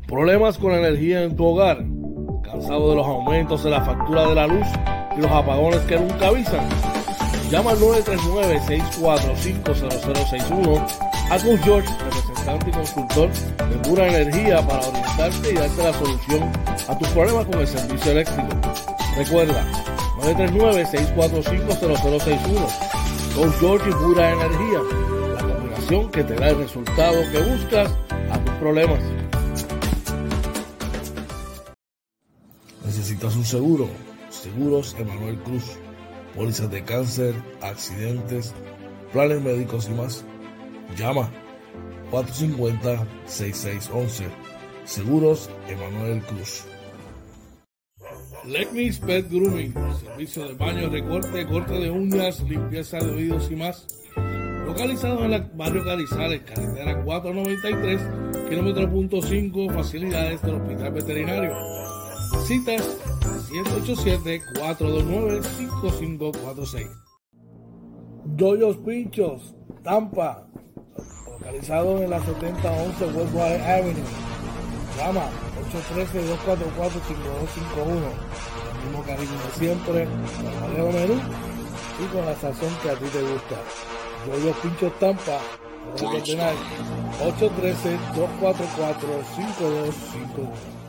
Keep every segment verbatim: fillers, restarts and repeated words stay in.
¿Problemas con la energía en tu hogar? ¿Cansado de los aumentos de la factura de la luz y los apagones que nunca avisan? Llama al nueve tres nueve, seis cuatro cinco, cero cero seis uno a Coach George, representante y consultor de Pura Energía, para orientarte y darte la solución a tus problemas con el servicio eléctrico. Recuerda, nueve tres nueve, seis cuatro cinco, cero cero seis uno. Coach George y Pura Energía, la combinación que te da el resultado que buscas a tus problemas. ¿Necesitas un seguro? Seguros Emanuel Cruz. Pólizas de cáncer, accidentes, planes médicos y más. Llama cuatro cinco cero, seis seis uno uno. Seguros Emanuel Cruz. Lecnis Pet Grooming, servicio de baño, recorte, corte de uñas, limpieza de oídos y más. Localizado en el barrio Carizales, carretera cuatrocientos noventa y tres, kilómetro punto cinco, facilidades del Hospital Veterinario. Citas siete ocho siete, cuatro dos nueve, cinco cinco cuatro seis. Yoyos Pinchos, Tampa, localizado en la setenta once Westwater Avenue. Llama ocho uno tres, dos cuatro cuatro, cinco dos cinco uno. El mismo cariño de siempre, con Alejo Menú y con la sazón que a ti te gusta. Yoyos Pinchos Tampa, ocho uno tres, dos cuatro cuatro, cinco dos cinco uno.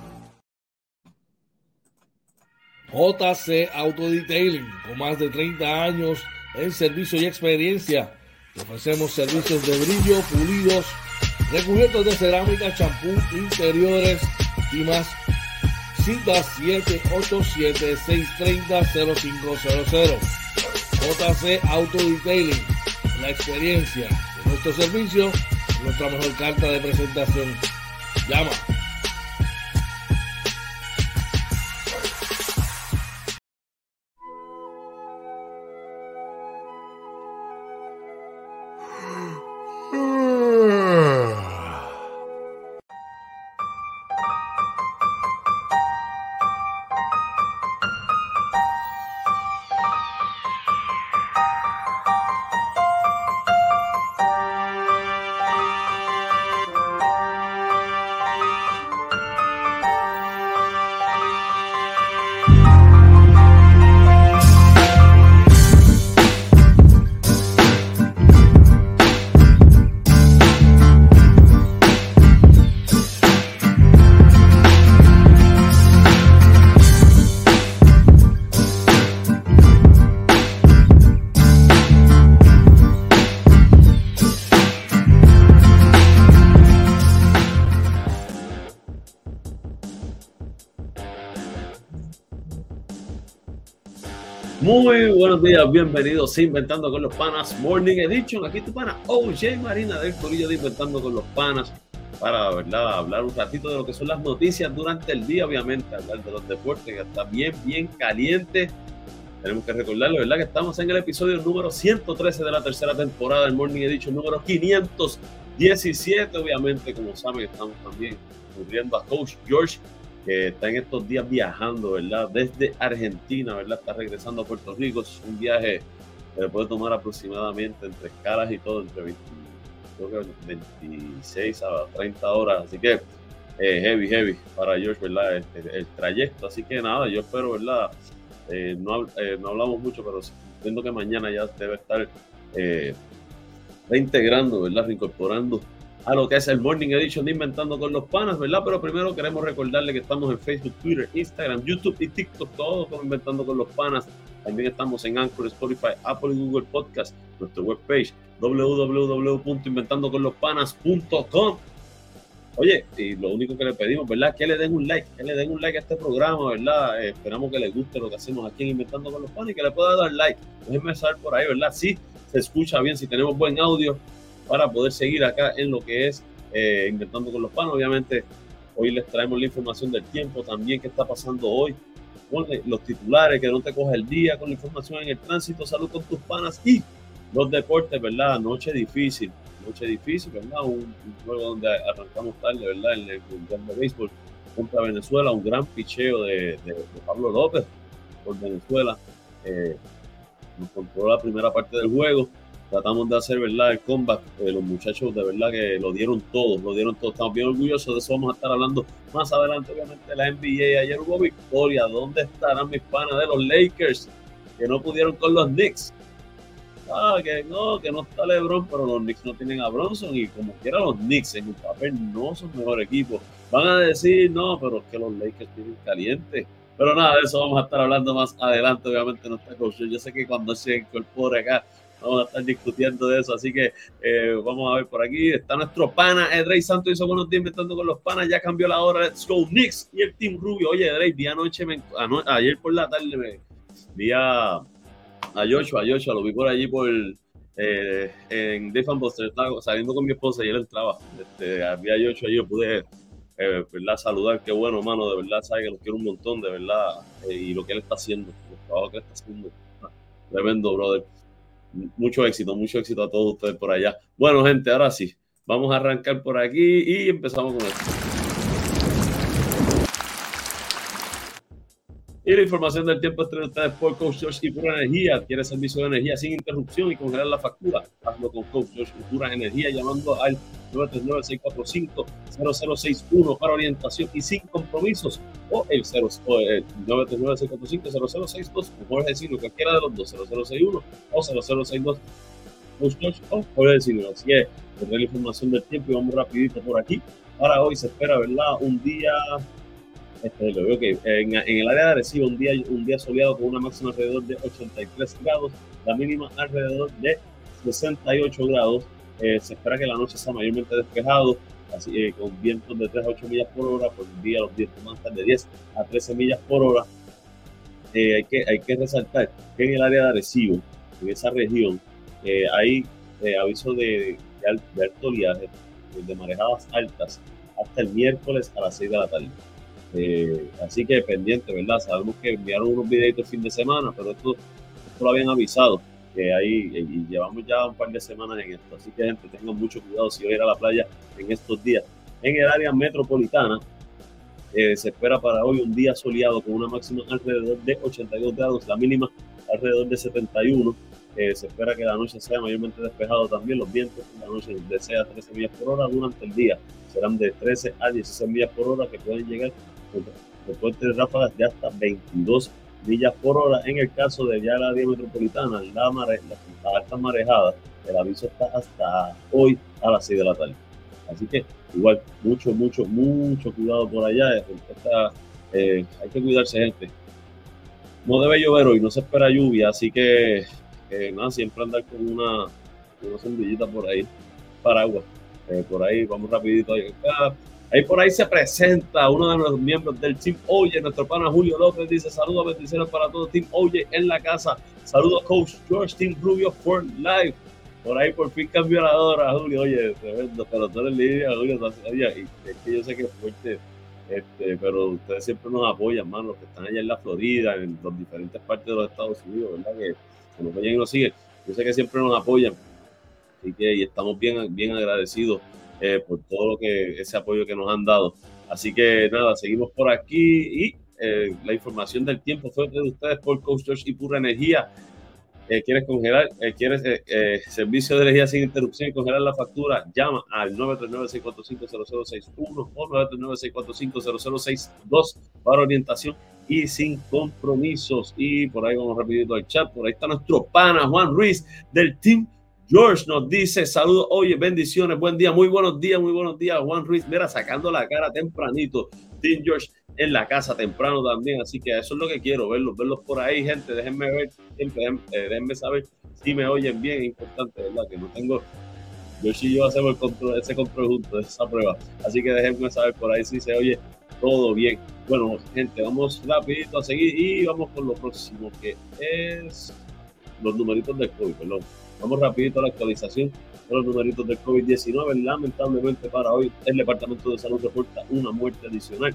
J C Auto Detailing, con más de treinta años en servicio y experiencia. Te ofrecemos servicios de brillo, pulidos, recubiertos de cerámica, champú, interiores y más. Cita siete ocho siete, seis tres cero, cero cinco cero cero. J C Auto Detailing, la experiencia de nuestro servicio, nuestra mejor carta de presentación. Llama. Muy buenos días, bienvenidos a Inventando con los Panas Morning Edition. Aquí tu pana O J Marina del corillo de Inventando con los Panas para, ¿verdad?, hablar un ratito de lo que son las noticias durante el día, obviamente, hablar de los deportes que está bien, bien caliente. Tenemos que recordarle, ¿verdad?, que estamos en el episodio número ciento trece de la tercera temporada del Morning Edition número quinientos diecisiete. Obviamente, como saben, estamos también cubriendo a Coach George, que está en estos días viajando, ¿verdad?, desde Argentina, ¿verdad? Está regresando a Puerto Rico. Es un viaje que le puede tomar aproximadamente entre escalas y todo, entre veinte, creo que veintiséis a treinta horas. Así que eh, heavy, heavy para George, ¿verdad?, el, el, el trayecto. Así que nada, yo espero, ¿verdad? Eh, no, eh, no hablamos mucho, pero entiendo que mañana ya debe estar eh, reintegrando, ¿verdad?, reincorporando a lo que es el Morning Edition de Inventando con los Panas, ¿verdad? Pero primero queremos recordarle que estamos en Facebook, Twitter, Instagram, YouTube y TikTok, todos como Inventando con los Panas. También estamos en Anchor, Spotify, Apple y Google Podcast, nuestra webpage doble u doble u doble u punto inventando con los panas punto com. Oye, y lo único que le pedimos, ¿verdad?, que le den un like, que le den un like a este programa, ¿verdad? Eh, esperamos que les guste lo que hacemos aquí en Inventando con los Panas y que le pueda dar like. Déjenme saber por ahí, ¿verdad? Si se escucha bien, si tenemos buen audio, para poder seguir acá en lo que es eh, Inventando con los Panas. Obviamente, hoy les traemos la información del tiempo también, qué está pasando hoy con los titulares, que no te coja el día, con la información en el tránsito, salud con tus panas y los deportes, ¿verdad? Noche difícil, noche difícil, ¿verdad? Un, un juego donde arrancamos tarde, ¿verdad? En el Mundial de Béisbol contra Venezuela, un gran picheo de, de, de Pablo López por Venezuela. Eh, nos controló la primera parte del juego. tratamos de hacer, ¿verdad?, el comeback. Eh, los muchachos de verdad que lo dieron todo, lo dieron todo. Estamos bien orgullosos, de eso vamos a estar hablando más adelante, obviamente, de la N B A. Ayer hubo victoria. ¿Dónde estarán mis panas de los Lakers que no pudieron con los Knicks? Ah, que no, que no está LeBron, pero los Knicks no tienen a Bronson y como quiera los Knicks en el papel no son mejor equipo. Van a decir, no, pero es que los Lakers tienen caliente. Pero nada, de eso vamos a estar hablando más adelante. Obviamente no está coach. Yo sé que cuando se incorpore acá vamos a estar discutiendo de eso, así que eh, vamos a ver por aquí. Está nuestro pana, eh, Drake Santos hizo buenos días inventando con los panas, ya cambió la hora, let's go Knicks y el Team Rubio. Oye, Drake, vi anoche, me, ano, ayer por la tarde me vi a, a Joshua, a Joshua, lo vi por allí por eh, en Dave and Buster, estaba saliendo con mi esposa y él entraba, este, vi a Joshua y yo pude eh, verdad, saludar, qué bueno, mano, de verdad, sabe que los quiero un montón, de verdad, eh, y lo que él está haciendo, el trabajo que él está haciendo, tremendo, brother. Mucho éxito, mucho éxito a todos ustedes por allá. Bueno, gente, ahora sí, vamos a arrancar por aquí y empezamos con esto. Y la información del tiempo es traída ustedes por Coach George y Pura Energía. ¿Quieres servicio de energía sin interrupción y congelar la factura? Hazlo con Coach George y Pura Energía llamando al nueve tres nueve, seis cuatro cinco, cero cero seis uno para orientación y sin compromisos, o el, el nueve tres nueve, seis cuatro cinco, cero cero seis dos, o Jorge Decino, cualquiera de los dos, cero cero seis uno o cero cero seis dos, Coach George o Jorge Decino. Así que, con la información del tiempo y vamos rapidito por aquí. Para hoy se espera, ¿verdad?, un día... Este, lo veo que en, en el área de Arecibo un día, un día soleado con una máxima alrededor de ochenta y tres grados, la mínima alrededor de sesenta y ocho grados. Eh, se espera que la noche sea mayormente despejado, así, eh, con vientos de tres a ocho millas por hora, por el día los vientos van a estar de diez a trece millas por hora. Eh, hay, que, hay que resaltar que en el área de Arecibo, en esa región, eh, hay eh, aviso de, de, al, de alto oleaje, de marejadas altas, hasta el miércoles a las seis de la tarde. Eh, así que pendiente, ¿verdad? Sabemos que enviaron unos videitos el fin de semana, pero esto, esto lo habían avisado, que ahí y llevamos ya un par de semanas en esto. Así que, gente, tengan mucho cuidado si van a ir a la playa en estos días. En el área metropolitana, eh, se espera para hoy un día soleado con una máxima alrededor de ochenta y dos grados, la mínima alrededor de setenta y uno. Eh, se espera que la noche sea mayormente despejado también. Los vientos en la noche de seis a trece millas por hora, durante el día serán de trece a dieciséis millas por hora, que pueden llegar después de ráfagas de hasta veintidós millas por hora. En el caso de ya la área metropolitana, la mare, las altas marejadas, el aviso está hasta hoy a las seis de la tarde. Así que igual, mucho, mucho, mucho cuidado por allá. Está, eh, hay que cuidarse, gente. No debe llover hoy, no se espera lluvia, así que eh, nada, siempre andar con una, una sombrillita por ahí, paraguas. Eh, por ahí, vamos rapidito ahí. Ah, Ahí por ahí se presenta uno de los miembros del Team Oye, nuestro pana Julio López, dice saludos, bendiciones para todo Team Oye en la casa. Saludos Coach George, Team Rubio for Life. Por ahí por fin cambió la hora, Julio. Oye, tremendo, pero tú eres líder, Julio. Oye, y es que yo sé que es fuerte, este, pero ustedes siempre nos apoyan, man, los que están allá en la Florida, en las diferentes partes de los Estados Unidos, ¿verdad? Que, que nos vayan y nos siguen. Yo sé que siempre nos apoyan. Así que y estamos bien, bien agradecidos Eh, por todo lo que ese apoyo que nos han dado. Así que nada, seguimos por aquí y eh, la información del tiempo fue de ustedes por Coach George y Pura Energía. Eh, ¿Quieres congelar? Eh, ¿Quieres eh, eh, servicio de energía sin interrupción y congelar la factura? Llama al nueve tres nueve, seis cuatro cinco, cero cero seis uno o nueve tres nueve, seis cuatro cinco, cero cero seis dos para orientación y sin compromisos. Y por ahí vamos rapidito al chat. Por ahí está nuestro pana Juan Ruiz del Team George, nos dice saludos, oye, bendiciones, buen día, muy buenos días, muy buenos días, Juan Ruiz, mira, sacando la cara tempranito, Team George en la casa temprano también, así que eso es lo que quiero, verlos, verlos por ahí, gente, déjenme ver, siempre, déjenme, eh, déjenme saber si me oyen bien, es importante, ¿verdad? Que no tengo, George y yo hacemos el control, ese control juntos, esa prueba, así que déjenme saber por ahí si se oye todo bien. Bueno, gente, vamos rapidito a seguir y vamos con lo próximo, que es los numeritos del COVID, perdón. Vamos rapidito a la actualización de los numeritos del COVID diecinueve. Lamentablemente para hoy el Departamento de Salud reporta una muerte adicional.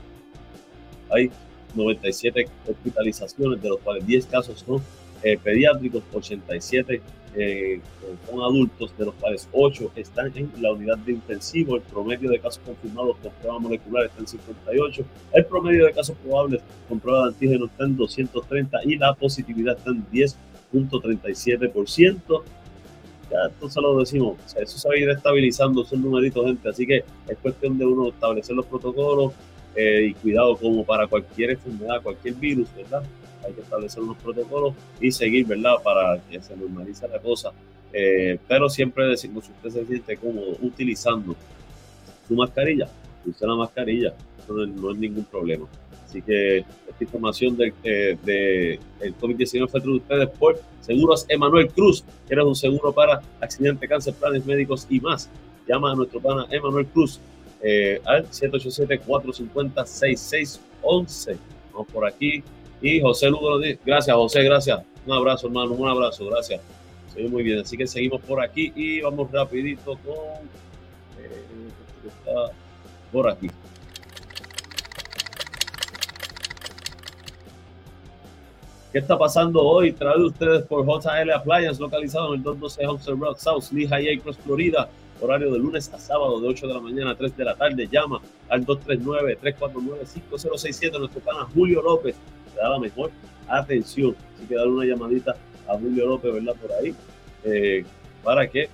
Hay noventa y siete hospitalizaciones, de los cuales diez casos son eh, pediátricos, ochenta y siete eh, son adultos, de los cuales ocho están en la unidad de intensivo. El promedio de casos confirmados con prueba molecular está en cincuenta y ocho. El promedio de casos probables con prueba de antígeno está en doscientos treinta y la positividad está en diez punto treinta y siete por ciento. ya entonces lo decimos, o sea, eso se va a ir estabilizando esos numeritos, gente, así que es cuestión de uno establecer los protocolos eh, y cuidado, como para cualquier enfermedad, cualquier virus, ¿verdad? Hay que establecer unos protocolos y seguir, ¿verdad? Para que se normalice la cosa, eh, pero siempre decimos, si usted se siente cómodo utilizando su mascarilla, use la mascarilla, eso no es, no es ningún problema. Así que esta información del eh, de el COVID diecinueve fue traída ustedes por Seguros Emanuel Cruz, que eres un seguro para accidente, cáncer, planes médicos y más. Llama a nuestro pana Emanuel Cruz eh, al siete ocho siete, cuatro cinco cero, seis seis uno uno. Vamos por aquí. Y José Lugo, gracias José, gracias. Un abrazo, hermano, un abrazo, gracias. Se ve muy bien, así que seguimos por aquí y vamos rapidito con... Eh, está por aquí. ¿Qué está pasando hoy? Traído ustedes por J L Appliance, localizado en el doscientos doce Homestead Road South, Lehigh Acres, Florida. Horario de lunes a sábado de ocho de la mañana a tres de la tarde. Llama al dos tres nueve, tres cuatro nueve, cinco cero seis siete. Nuestro pana Julio López te da la mejor atención. Así que dale una llamadita a Julio López, ¿verdad? Por ahí, eh, para que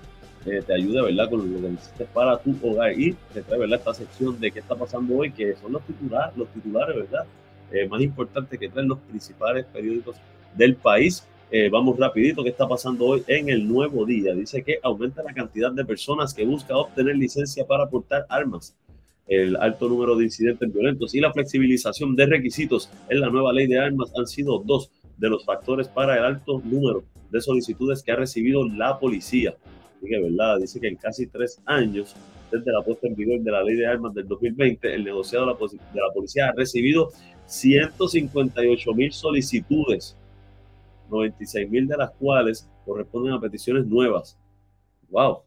eh, te ayude, ¿verdad? Con lo que necesites para tu hogar. Y te trae, ¿verdad? Esta sección de qué está pasando hoy, que son los titulares, los titulares, ¿verdad? Eh, más importante que traen los principales periódicos del país. Eh, vamos rapidito, ¿qué está pasando hoy en el Nuevo Día? Dice que aumenta la cantidad de personas que busca obtener licencia para portar armas, el alto número de incidentes violentos y la flexibilización de requisitos en la nueva ley de armas han sido dos de los factores para el alto número de solicitudes que ha recibido la policía. Así que, ¿verdad? Dice que en casi tres años desde la puesta en vigor de la ley de armas del dos mil veinte, el negociado de la, de la policía ha recibido ciento cincuenta y ocho mil solicitudes, noventa y seis mil de las cuales corresponden a peticiones nuevas. ¡Wow!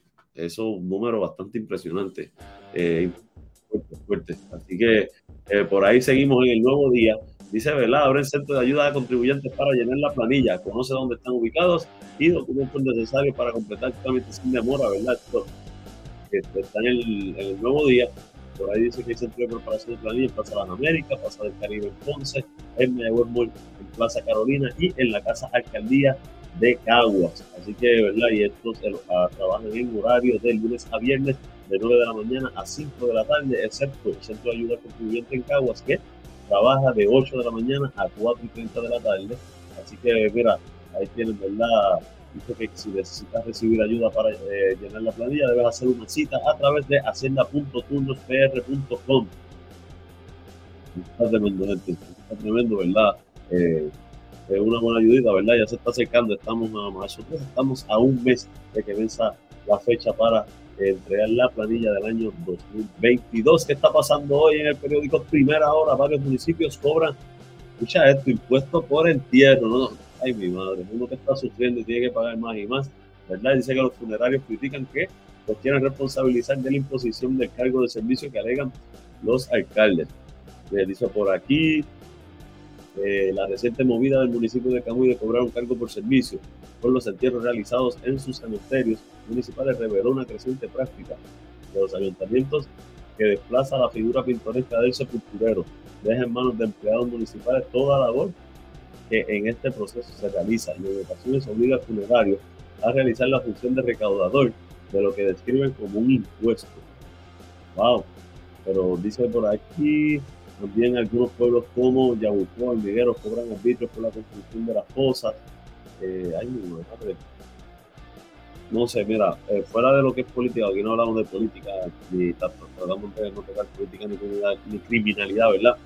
Eso es un número bastante impresionante. Eh, fuerte, fuerte. Así que eh, por ahí seguimos en el Nuevo Día. Dice, ¿verdad? Abre el centro de ayuda a contribuyentes para llenar la planilla. Conoce dónde están ubicados y documentos necesarios para completar el trámite sin demora, ¿verdad? Esto, que está en el, en el Nuevo Día. Por ahí dice que hay centro de preparación de planilla en Plaza Las Américas, Plaza del Caribe en Ponce, en Mayagüez Mall en Plaza Carolina y en la Casa Alcaldía de Caguas. Así que, ¿verdad? Y estos uh, trabajan en horario de lunes a viernes de nueve de la mañana a cinco de la tarde, excepto el Centro de Ayuda al Contribuyente en Caguas, que trabaja de ocho de la mañana a cuatro y treinta de la tarde. Así que, mira, ahí tienen, ¿verdad? Dice que si necesitas recibir ayuda para eh, llenar la planilla, debes hacer una cita a través de hacienda punto turnos p r punto com. Está tremendo, gente. Está tremendo, ¿verdad? Eh, es una buena ayudita, ¿verdad? Ya se está acercando. Estamos a nosotros estamos a un mes de que venza la fecha para eh, entregar la planilla del año dos mil veintidós. ¿Qué está pasando hoy en el periódico Primera Hora? Varios municipios cobran, escucha esto, impuesto por entierro, ¿no? Ay, mi madre, uno que está sufriendo y tiene que pagar más y más, ¿verdad? Dice que los funerarios critican que los quieren responsabilizar de la imposición del cargo de servicio que alegan los alcaldes. Eh, dice por aquí, eh, la reciente movida del municipio de Camuy de cobrar un cargo por servicio por los entierros realizados en sus cementerios municipales reveló una creciente práctica de los ayuntamientos que desplaza la figura pintoresca del sepulturero, deja en manos de empleados municipales toda labor que en este proceso se realiza y en ocasiones obliga al funerario a realizar la función de recaudador de lo que describen como un impuesto. Wow. Pero dice por aquí, también algunos pueblos como Yabucoa, Hormigueros cobran arbitrios por la construcción de las fosas. Eh, ay, mi madre. No sé, mira, eh, fuera de lo que es política, aquí no hablamos de política, ni tanto, tratamos de no tocar política ni criminalidad, ni criminalidad, ¿verdad?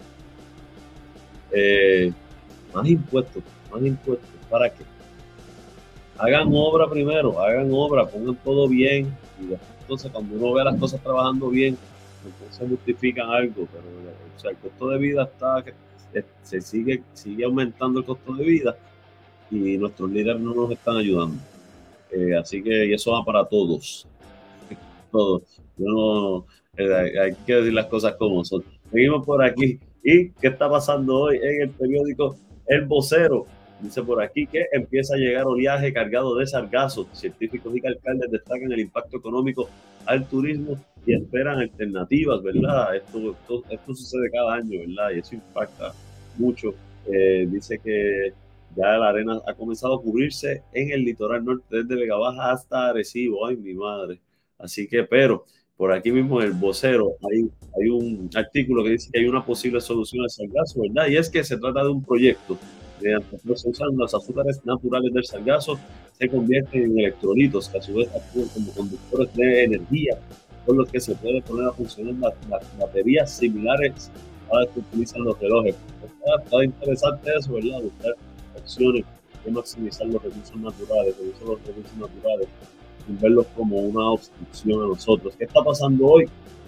Eh, más impuestos, más impuestos, ¿para qué? Hagan obra primero, hagan obra, pongan todo bien y después, entonces cuando uno ve las cosas trabajando bien, entonces justifican algo, pero o sea, el costo de vida está, se sigue, sigue aumentando el costo de vida y nuestros líderes no nos están ayudando. Eh, así que y eso va para todos, todos. Yo no, eh, hay que decir las cosas como son. Seguimos por aquí. ¿Y qué está pasando hoy en el periódico El Vocero? Dice por aquí que empieza a llegar oleaje cargado de sargazo. Científicos y alcaldes destacan el impacto económico al turismo y esperan alternativas, ¿verdad? Esto, esto, esto sucede cada año, ¿verdad? Y eso impacta mucho. Eh, dice que ya la arena ha comenzado a cubrirse en el litoral norte desde Vega Baja hasta Arecibo. Ay, mi madre. Así que, pero por aquí mismo en el vocero hay, hay un artículo que dice que hay una posible solución al sargazo, ¿verdad? Y es que se trata de un proyecto mediante el cual se usan los azúcares naturales del sargazo, se convierten en electrolitos que a su vez actúan como conductores de energía, por los que se puede poner a funcionar las, las baterías similares a las que utilizan los relojes. Está, está interesante eso, ¿verdad? Buscar opciones de maximizar los recursos naturales, de usar los recursos naturales, sin verlos como una obstrucción a nosotros. ¿Qué está pasando hoy?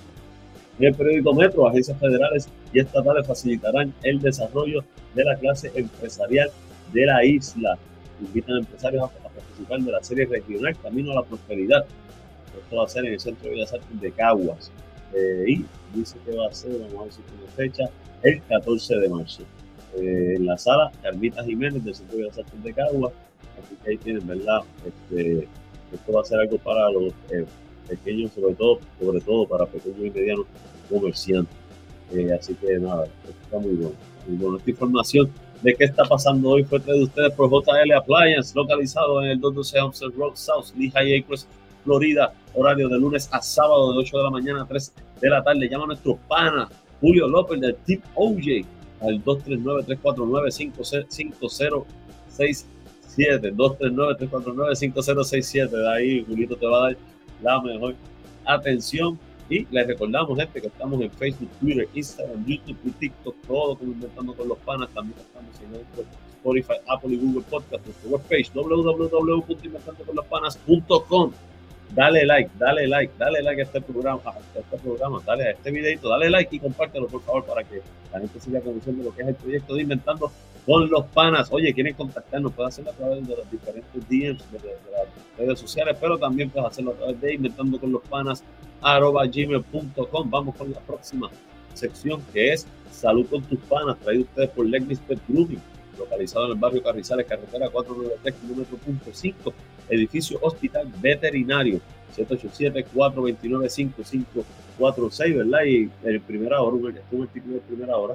En el periódico Metro, agencias federales y estatales facilitarán el desarrollo de la clase empresarial de la isla. Invitan a empresarios a, a participar de la serie regional Camino a la Prosperidad. Esto va a ser en el Centro de Bellas Artes de Caguas. Eh, y dice que va a ser, vamos a ver si tiene fecha, el catorce de marzo. Eh, en la sala Carmita Jiménez del Centro de Bellas Artes de Caguas. Así que ahí tienen, ¿verdad? Este, esto va a ser algo para los eh, pequeños, sobre todo, sobre todo para pequeños y medianos comerciantes. Eh, así que nada, está muy bueno. Muy bueno. Esta información de qué está pasando hoy fue traída de ustedes por J L Appliance, localizado en el doscientos doce Homestead Road South, Lehigh Acres, Florida, horario de lunes a sábado de ocho de la mañana a tres de la tarde. Llama a nuestro pana Julio López del Tip O J al dos tres nueve, tres cuatro nueve, cinco cero seis siete, dos tres nueve, tres cuatro nueve, cinco cero seis siete. De ahí Julito te va a dar la mejor atención. Y les recordamos, gente, que estamos en Facebook, Twitter, Instagram, YouTube y TikTok, todo como Inventando con los Panas. También estamos en Spotify, Apple y Google Podcast, nuestra webpage w w w punto inventando con los panas punto com. Dale like, dale like, dale like a este programa, a este programa, dale a este videito, dale like y compártelo, por favor, para que la gente siga conociendo lo que es el proyecto de Inventando con los Panas. Oye, quieren contactarnos, pueden hacerlo a través de los diferentes D Ms de, de, de las redes sociales, pero también puedes hacerlo a través de Inventando con los Panas arroba gmail punto com. Vamos con la próxima sección, que es Salud con tus Panas, traído ustedes por Legnis Pet Grooming, localizado en el barrio Carrizales, carretera cuatrocientos noventa y tres, kilómetro punto cinco, edificio Hospital Veterinario, siete ocho siete, cuatro dos nueve, cinco cinco cuatro seis, ¿verdad? Y en primera hora, un artículo de primera hora,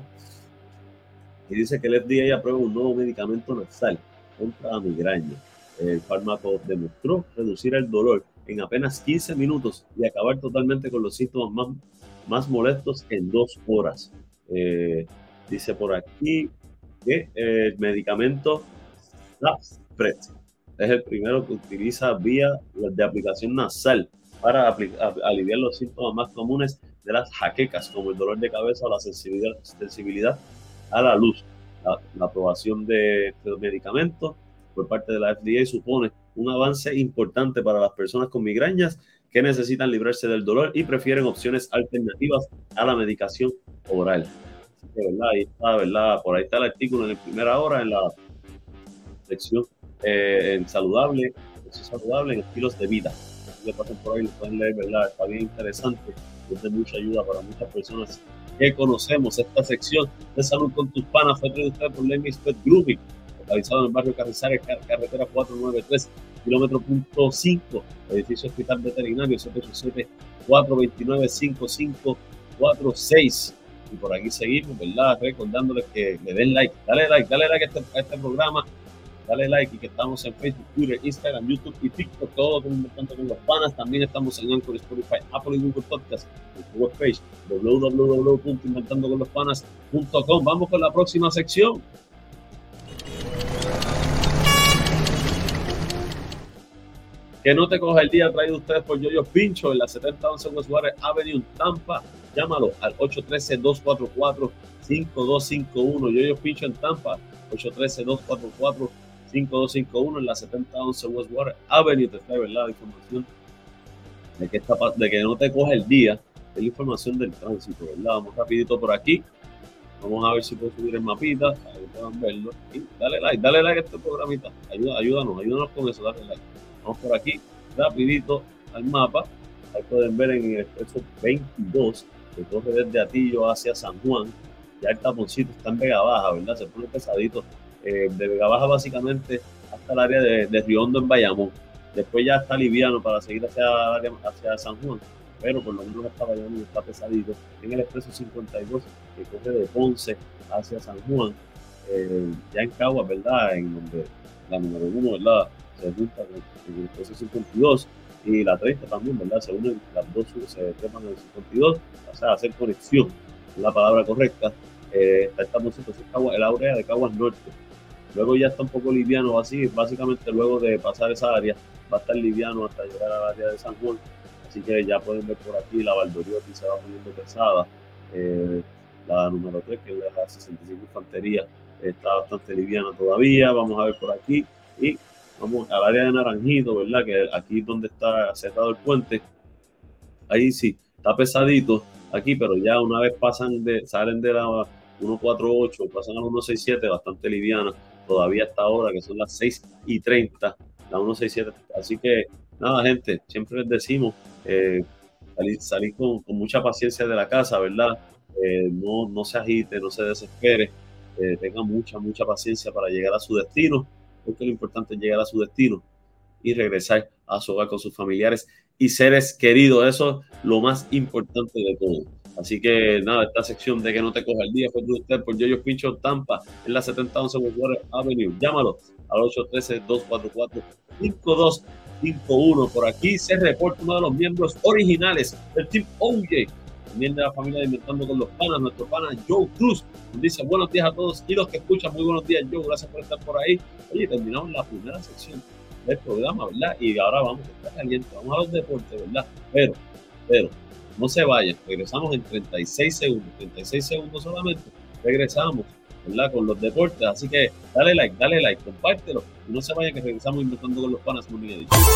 y dice que el F D A aprueba un nuevo medicamento nasal contra la migraña. El fármaco demostró reducir el dolor en apenas quince minutos y acabar totalmente con los síntomas más, más molestos en dos horas. Eh, dice por aquí que el medicamento Lapspret es el primero que utiliza vía de aplicación nasal para aplicar, aliviar los síntomas más comunes de las jaquecas, como el dolor de cabeza o la sensibilidad, sensibilidad a la luz. La, la aprobación de este medicamento por parte de la F D A supone un avance importante para las personas con migrañas que necesitan librarse del dolor y prefieren opciones alternativas a la medicación oral. Así que, ¿verdad? Ahí está, ¿verdad? Por ahí está el artículo en primera hora, en la sección eh, en saludable, eso es saludable en estilos de vida. Si le pasan por ahí, lo pueden leer, ¿verdad? Está bien interesante, es de mucha ayuda para muchas personas que conocemos. Esta sección de Salud con tus Panas fue traída usted por Legnis Pet Grooming, localizado en el barrio Carrizales, carretera cuatrocientos noventa y tres, kilómetro punto cinco, edificio Hospital Veterinario, siete ocho siete, cuatro dos nueve, cinco cinco cuatro seis. Y por aquí seguimos, ¿verdad? Recordándoles que le den like, dale like, dale like a este, a este programa, dale like, y que estamos en Facebook, Twitter, Instagram, YouTube y TikTok, todo como Inventando con los Panas. También estamos en Anchor, Spotify, Apple y Google Podcast, en su webpage w w w punto inventando con los panas punto com. Vamos con la próxima sección. Que no te coja el día, traído ustedes por Yoyo Pincho en la setenta once Westwater Avenue, Tampa. Llámalo al ocho uno tres, dos cuatro cuatro, cinco dos cinco uno. Yoyo Pincho en Tampa, ocho uno tres, dos cuatro cuatro, cinco dos cinco uno en la setenta once Westwater Avenue. Te trae, ¿verdad?, la información de que, está, de que no te coja el día, es la información del tránsito, ¿verdad? Vamos rapidito por aquí. Vamos a ver si puedo subir el mapita para que puedan verlo. Y dale like, dale like a este programita. Ayuda, ayúdanos, ayúdanos con eso, dale like. Vamos por aquí, rapidito al mapa. Ahí pueden ver en el expreso veintidós, que corre desde Atillo hacia San Juan. Ya el taponcito está en Vega Baja, ¿verdad? Se pone pesadito. Eh, de Vega Baja básicamente hasta el área de, de Río Hondo en Bayamón. Después ya está liviano para seguir hacia, hacia San Juan, pero por lo menos hasta Bayamón está pesadito. En el expreso cincuenta y dos, que corre de Ponce hacia San Juan, eh, ya en Caguas, ¿verdad? En donde la número uno, ¿verdad? Se junta con el precio cincuenta y dos y la treinta también, ¿verdad? Se unen las dos, se trepan en el cincuenta y dos, o sea, hacer conexión, es la palabra correcta. Eh, estamos en Caguas, el área de Caguas Norte. Luego ya está un poco liviano así, básicamente luego de pasar esa área va a estar liviano hasta llegar al área de San Juan, así que ya pueden ver por aquí la Valdoriotti se va poniendo pesada, eh, la número tres que es la sesenta y cinco Infantería está bastante liviana todavía. Vamos a ver por aquí y vamos al área de Naranjito, ¿verdad? Que aquí es donde está cerrado el puente, ahí sí, está pesadito aquí, pero ya una vez pasan de, salen de la uno cuarenta y ocho, pasan a la uno sesenta y siete, bastante liviana todavía hasta ahora, que son las seis y treinta, la uno sesenta y siete, así que nada, gente, siempre les decimos, eh, salir, salir con, con mucha paciencia de la casa, ¿verdad? Eh, no, no se agite, no se desespere, eh, tenga mucha, mucha paciencia para llegar a su destino, porque lo importante es llegar a su destino y regresar a su hogar con sus familiares y seres queridos. Eso es lo más importante de todo. Así que nada, esta sección de que no te coja el día fue de usted por Yoyos Pincho Tampa en la setenta once Woodward Avenue. Llámalo al ocho uno tres, dos cuatro cuatro, cinco dos cinco uno. Por aquí se reporta uno de los miembros originales del Team O J, también de la familia de Inventando con los Panas, nuestro pana Joe Cruz. Nos dice buenos días a todos y los que escuchan, muy buenos días, Joe, gracias por estar por ahí. Oye, terminamos la primera sección del programa, ¿verdad? Y ahora vamos a estar caliente, vamos a los deportes, ¿verdad? Pero, pero, no se vayan, regresamos en treinta y seis segundos, treinta y seis segundos solamente, regresamos, ¿verdad? Con los deportes, así que dale like, dale like, compártelo, y no se vayan que regresamos Inventando con los Panas, muy bien dicho.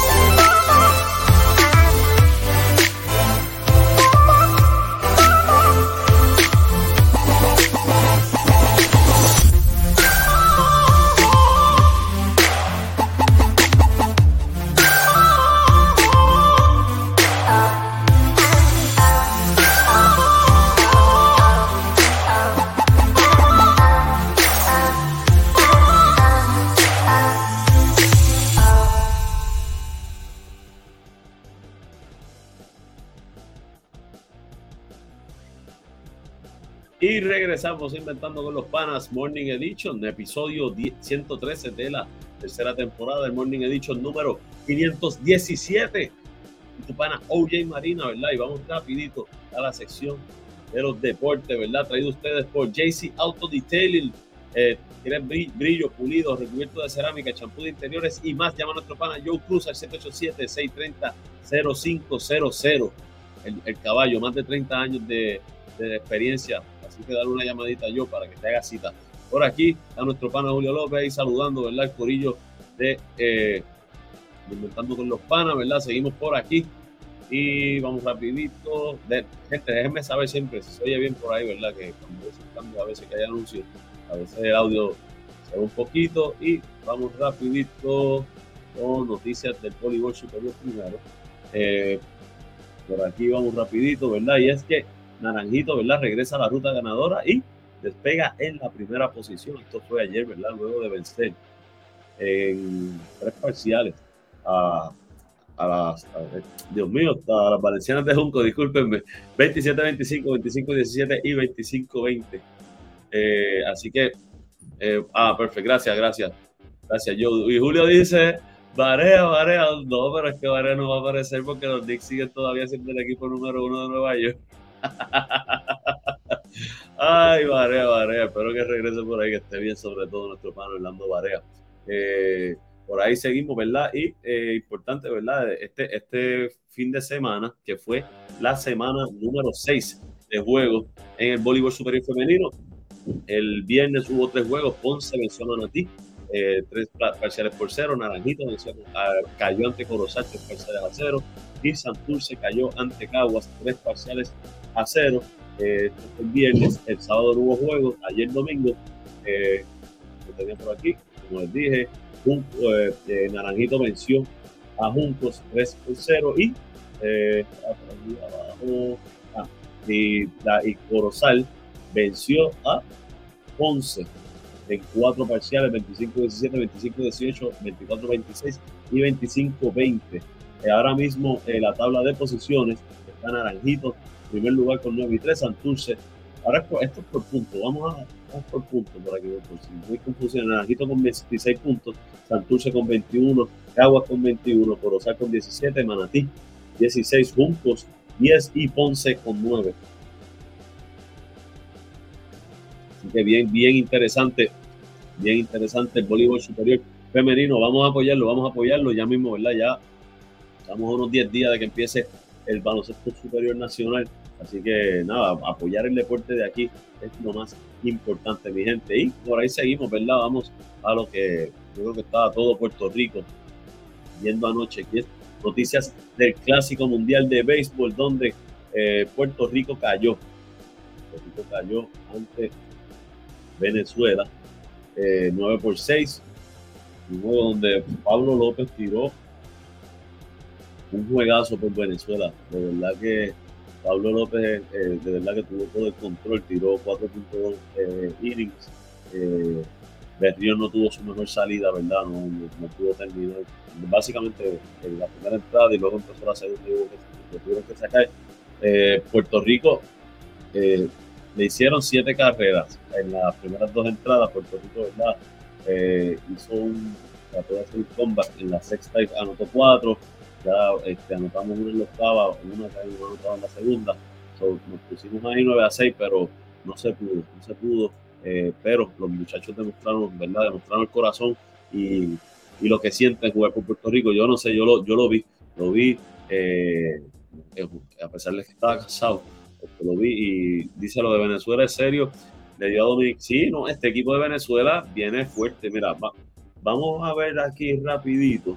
Y regresamos Inventando con los Panas Morning Edition, episodio ciento trece de la tercera temporada del Morning Edition número quinientos diecisiete. Y tu pana O J Marina, ¿verdad? Y vamos rapidito a la sección de los deportes, ¿verdad? Traído ustedes por J C Auto Detailing. Eh, ¿Quieren brillo, pulido, recubierto de cerámica, champú de interiores y más? Llama a nuestro pana Joe Cruz al siete ocho siete, seis tres cero, cero cinco cero cero. El, el caballo, más de treinta años de, de experiencia. Así que darle una llamadita yo para que te haga cita. Por aquí a nuestro pana Julio López ahí saludando, ¿verdad? El corillo de eh, Inventando con los Panas, ¿verdad? Seguimos por aquí y vamos rapidito. De, gente, déjenme saber siempre si se oye bien por ahí, ¿verdad? Que cuando se cambia a veces que hay anuncios, a veces el audio se ve un poquito y vamos rapidito con noticias del voleibol superior primero. Eh, por aquí vamos rapidito, ¿verdad? Y es que Naranjito, ¿verdad? Regresa a la ruta ganadora y despega en la primera posición. Esto fue ayer, ¿verdad? Luego de vencer en tres parciales a, a las, a, Dios mío, a las valencianas de Junco, discúlpenme, veintisiete veinticinco, veinticinco diecisiete y veinticinco veinte. Eh, así que, eh, ah, perfecto, gracias, gracias. Gracias, yo. Y Julio dice, Barea, Barea, no, pero es que Barea no va a aparecer porque los Knicks siguen todavía siendo el equipo número uno de Nueva York. Ay, Barea, Barea, espero que regrese por ahí, que esté bien, sobre todo nuestro pana Orlando Barea. Eh, por ahí seguimos, ¿verdad? Y eh, importante, ¿verdad? Este, este fin de semana, que fue la semana número seis de juegos en el voleibol superior femenino. El viernes hubo tres juegos. Ponce venció a Manatí, eh, tres parciales por cero. Naranjito venció, uh, cayó ante Corozal, tres parciales a cero. Y Santurce cayó ante Caguas, tres parciales a cero. Eh, el viernes, el sábado no hubo juegos. Ayer domingo, eh, lo tenía por aquí, como les dije, un, eh, eh, Naranjito venció a Juncos tres por cero y, eh, abajo, ah, y, la, y Corozal venció a Ponce en cuatro parciales, veinticinco diecisiete, veinticinco dieciocho, veinticuatro veintiséis y veinticinco veinte. Eh, ahora mismo eh, la tabla de posiciones está Naranjito, primer lugar con nueve y tres, Santurce ahora esto es por punto, vamos a vamos por punto por aquí, por si no hay confusión. Naranjito con veintiséis puntos, Santurce con veintiuno, Caguas con veintiuno, Corozal con diecisiete, Manatí dieciséis, Juncos diez y Ponce con nueve. Así que bien, bien interesante, bien interesante el voleibol superior femenino. Vamos a apoyarlo, vamos a apoyarlo ya mismo, ¿verdad? Ya estamos a unos diez días de que empiece el baloncesto superior nacional. Así que nada, apoyar el deporte de aquí es lo más importante, mi gente. Y por ahí seguimos, ¿verdad? Vamos a lo que yo creo que estaba todo Puerto Rico viendo anoche, que es noticias del Clásico Mundial de Béisbol, donde eh, Puerto Rico cayó. Puerto Rico cayó ante Venezuela, eh, nueve por seis. Un juego donde Pablo López tiró un juegazo por Venezuela. De verdad que Pablo López, eh, de verdad que tuvo todo el control, tiró cuatro punto dos eh, innings. Eh, Berrío no tuvo su mejor salida, ¿verdad? No, no, no pudo terminar. Básicamente, en la primera entrada y luego empezó la segunda y luego que tuvieron que sacar. Eh, Puerto Rico eh, le hicieron siete carreras en las primeras dos entradas. Puerto Rico, ¿verdad? Eh, hizo un, trató de hacer un comeback en la sexta, anotó cuatro. Ya este, anotamos una en la octava, una que habíamos anotado en la segunda. So, nos pusimos ahí nueve a seis, pero no se pudo, no se pudo. Eh, pero los muchachos demostraron, ¿verdad? Demostraron el corazón y, y lo que sienten jugar por Puerto Rico. Yo no sé, yo lo, yo lo vi, lo vi, eh, a pesar de que estaba casado, lo vi y dice lo de Venezuela es serio. Le dio a Dominic, sí, no, este equipo de Venezuela viene fuerte. Mira, va, vamos a ver aquí rapidito.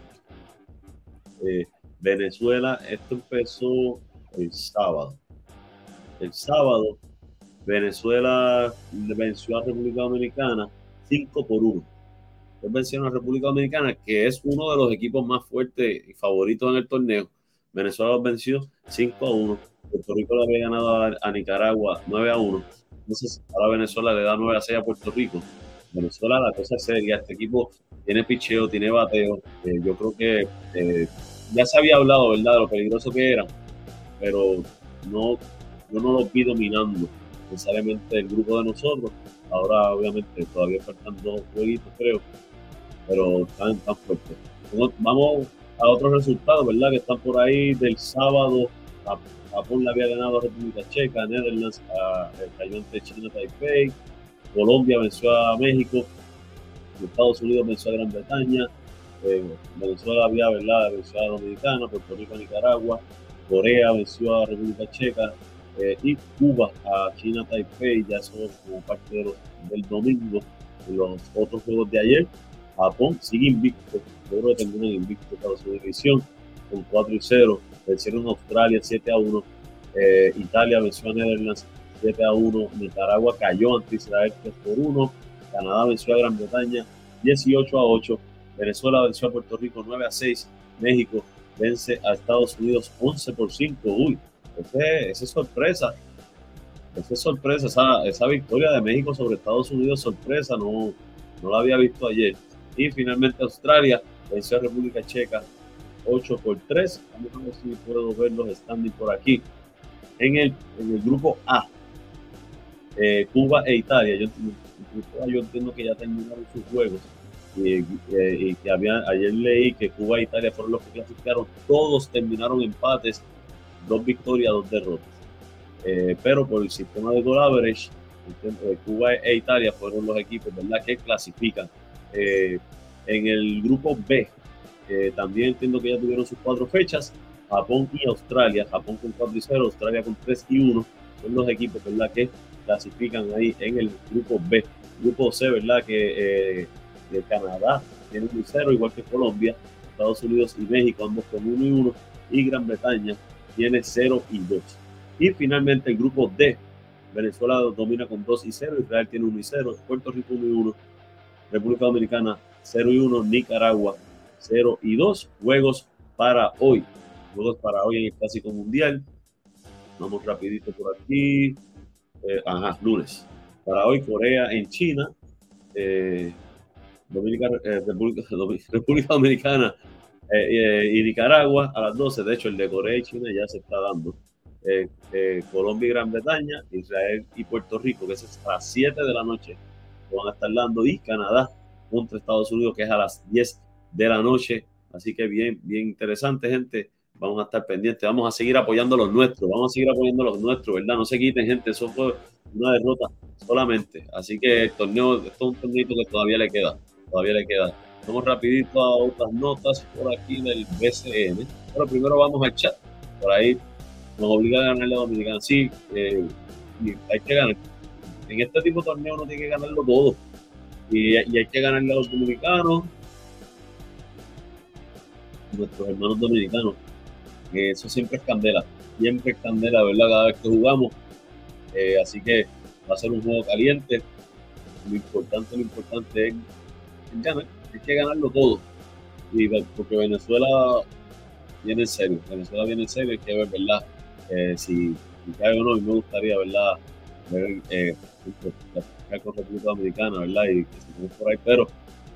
Eh, Venezuela, esto empezó el sábado. El sábado, Venezuela venció a República Dominicana cinco por uno. Vencieron a República Dominicana, que es uno de los equipos más fuertes y favoritos en el torneo. Venezuela los venció cinco a uno. Puerto Rico le había ganado a, a Nicaragua nueve a uno. Entonces, ahora Venezuela le da nueve a seis a Puerto Rico. Venezuela, la cosa es seria. Este equipo tiene picheo, tiene bateo. Eh, yo creo que eh, ya se había hablado, ¿verdad?, de lo peligroso que eran, pero no, yo no los vi dominando necesariamente el grupo de nosotros. Ahora, obviamente, todavía faltan dos jueguitos, creo, pero están tan fuertes. Vamos a otros resultados, ¿verdad?, que están por ahí del sábado. Japón le había ganado a República Checa, Netherlands a, cayó ante China Taipei, Colombia venció a México, Estados Unidos venció a Gran Bretaña, eh, Venezuela había, ¿verdad?, venció a Dominicana, Puerto Rico a Nicaragua, Corea venció a República Checa, eh, y Cuba a China Taipei. Ya son como parte de los, del domingo. En los otros juegos de ayer, Japón sigue invicto, yo creo que terminan invicto para su división con cuatro y cero, vencieron a Australia siete a uno, eh, Italia venció a Netherlands siete a uno, Nicaragua cayó ante Israel tres por uno, Canadá venció a Gran Bretaña dieciocho a ocho, Venezuela venció a Puerto Rico nueve a seis, México vence a Estados Unidos once por cinco. Uy, esa es sorpresa, esa es sorpresa, esa, esa victoria de México sobre Estados Unidos, sorpresa, no, no la había visto ayer. Y finalmente Australia venció a República Checa ocho por tres. Vamos a ver si puedo ver los standings por aquí. En el, en el grupo A, eh, Cuba e Italia. Yo, yo entiendo que ya terminaron sus juegos. Y, eh, y que había, ayer leí que Cuba e Italia fueron los que clasificaron. Todos terminaron empates, dos victorias, dos derrotas. Eh, pero por el sistema de goal average, eh, Cuba e Italia fueron los equipos, ¿verdad?, que clasifican. Eh, en el grupo B, eh, también entiendo que ya tuvieron sus cuatro fechas. Japón y Australia, Japón con cuatro y cero, Australia con tres y uno, son los equipos, ¿verdad?, que clasifican ahí en el grupo B. Grupo C, ¿verdad?, que eh, de Canadá tiene uno y cero, igual que Colombia, Estados Unidos y México, ambos con uno y uno, y Gran Bretaña tiene cero y dos. Y finalmente el grupo D, Venezuela domina con dos y cero, Israel tiene uno y cero, Puerto Rico uno y uno, República Dominicana cero y uno, Nicaragua cero y dos. Juegos para hoy, juegos para hoy en el Clásico Mundial. Vamos rapidito por aquí. Eh, ajá, lunes. Para hoy, Corea en China, eh, Dominica, eh, República, República Dominicana eh, eh, y Nicaragua a las doce. De hecho, el de Corea y China ya se está dando. eh, eh, Colombia y Gran Bretaña, Israel y Puerto Rico, que es a las siete de la noche, que van a estar dando, y Canadá contra Estados Unidos, que es a las diez de la noche. Así que bien, bien interesante, gente. Vamos a estar pendientes, vamos a seguir apoyando a los nuestros, vamos a seguir apoyando a los nuestros, ¿verdad? No se quiten, gente, eso fue una derrota solamente. Así que el torneo, esto es un torneo que todavía le queda, todavía le queda. Vamos rapidito a otras notas por aquí del B C N. Pero primero vamos al chat. Por ahí nos obliga a ganar la Dominicana. Sí, eh, hay que ganar. En este tipo de torneo uno tiene que ganarlo todo. Y, y hay que ganarle a los dominicanos, nuestros hermanos dominicanos. Eh, eso siempre es candela. Siempre es candela, ¿verdad? Cada vez que jugamos. Eh, así que va a ser un juego caliente. Lo importante, lo importante es, es ganar. Hay que ganarlo todo. Y porque Venezuela viene en serio. Venezuela viene en serio. Hay que ver, ¿verdad? Eh, si, si cae o no. Y me gustaría, ¿verdad? Ver eh, con República Dominicana, ¿verdad? Y que se ponga por ahí. Pero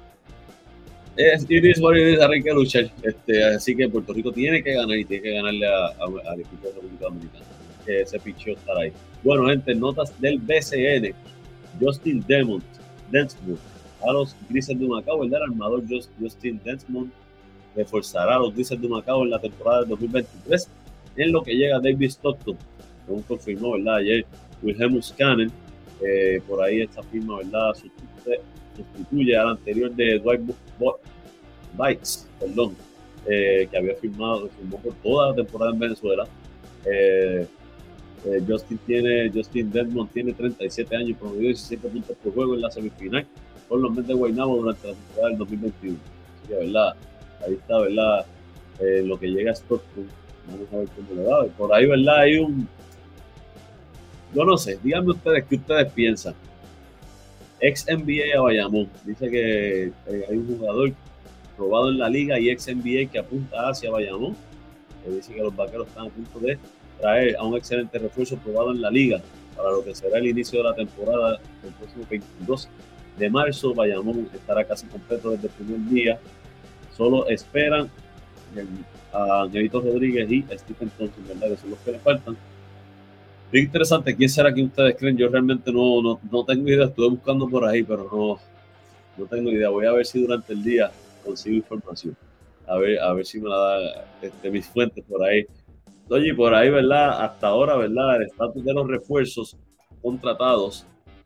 es it is what it is, hay que luchar. Este, así que Puerto Rico tiene que ganar y tiene que ganarle al equipo de República Dominicana. Que se pichó estar ahí. Bueno, gente, notas del B C N. Justin Desmond, Desmond a los Grises de Macao, ¿verdad? El armador Justin Desmond reforzará a los Grises de Macao en la temporada del dos mil veintitrés, en lo que llega David Stockton, según confirmó, ¿verdad? Ayer Wilhelmus Cannon, eh, por ahí esta firma, ¿verdad? Sustituye, sustituye al anterior de Dwight Bikes, perdón, eh, que había firmado, firmó por toda la temporada en Venezuela. Eh, eh, Justin tiene, Justin Desmond tiene treinta y siete años, promedió diecisiete puntos por juego en la semifinal con los Mets de Guaynabo durante la temporada del dos mil veintiuno. Así que, ¿verdad? Ahí está, ¿verdad? Eh, lo que llega a Stockton. Vamos a ver cómo le va. Por ahí, ¿verdad? Hay un... Yo no sé, díganme ustedes qué ustedes piensan. Ex N B A a Bayamón. Dice que eh, hay un jugador probado en la liga y ex N B A que apunta hacia Bayamón. Que dice que los vaqueros están a punto de traer a un excelente refuerzo probado en la liga para lo que será el inicio de la temporada el próximo veintidós de marzo. Bayamón estará casi completo desde el primer día. Solo esperan a Angelito Rodríguez y a Stephen Thompson, ¿verdad? Que son los que le faltan. Bien interesante. ¿Quién será que ustedes creen? Yo realmente no, no, no tengo idea. Estuve buscando por ahí, pero no, no tengo idea. Voy a ver si durante el día consigo información. A ver, a ver si me la da este, mis fuentes por ahí. Oye, por ahí, ¿verdad? Hasta ahora, ¿verdad? El estatus de los refuerzos contratados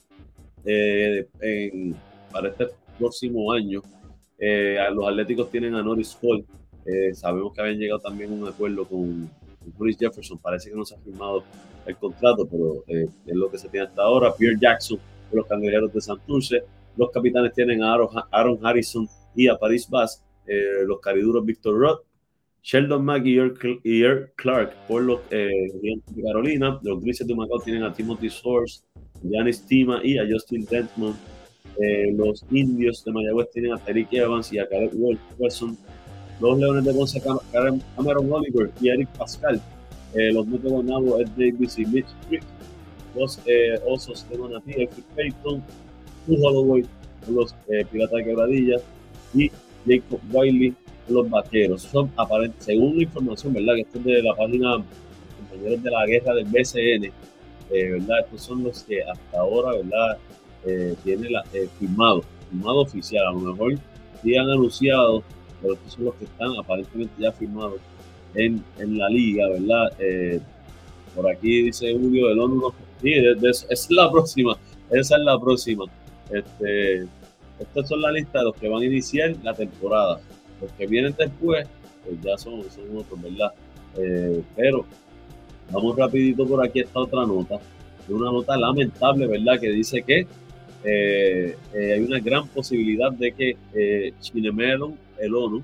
eh, en, para este próximo año. Eh, los Atléticos tienen a Norris Hall. Eh, sabemos que habían llegado también a un acuerdo con, con Chris Jefferson. Parece que no se ha firmado el contrato, pero eh, es lo que se tiene hasta ahora. Pierre Jackson de los Cangrejeros de Santurce. Los Capitanes tienen a Aaron, Aaron Harrison y a Paris Bass. Eh, los Cariduros Victor Roth, Sheldon Mack y Earl Clark por los eh, de Carolina. Los Grises de Macao tienen a Timothy Soares, Giannis Tima y a Justin Desmond. Eh, los Indios de Mayagüez tienen a Tariq Evans y a Caleb Wilson. Los Leones de Ponce, Cameron Oliver y Eric Pascal. Eh, los Mets de Guaynabo, Ed Davis y Mitch Creek. Los eh, Osos de Manatí, Elfrid Payton, Hugh Holloway, los eh, Piratas de Quebradilla y Jacob Wiley, los Vaqueros. Son aparentes, según la información, ¿verdad? Que esto es de la página Compañeros de la Guerra del B C N, eh, ¿verdad? Estos son los que hasta ahora, ¿verdad? Eh, tienen la, eh, firmado, firmado oficial. A lo mejor sí han anunciado, pero estos son los que están aparentemente ya firmados en, en la liga, ¿verdad? Eh, por aquí dice Julio del ONU, sí, de, de, esa es la próxima, esa es la próxima. Este, estas son la lista de los que van a iniciar la temporada. Los que vienen después, pues ya son, son otros, ¿verdad? Eh, pero vamos rapidito por aquí a esta otra nota. Una nota lamentable, ¿verdad? Que dice que eh, eh, hay una gran posibilidad de que eh, Chinemelon, el ONU,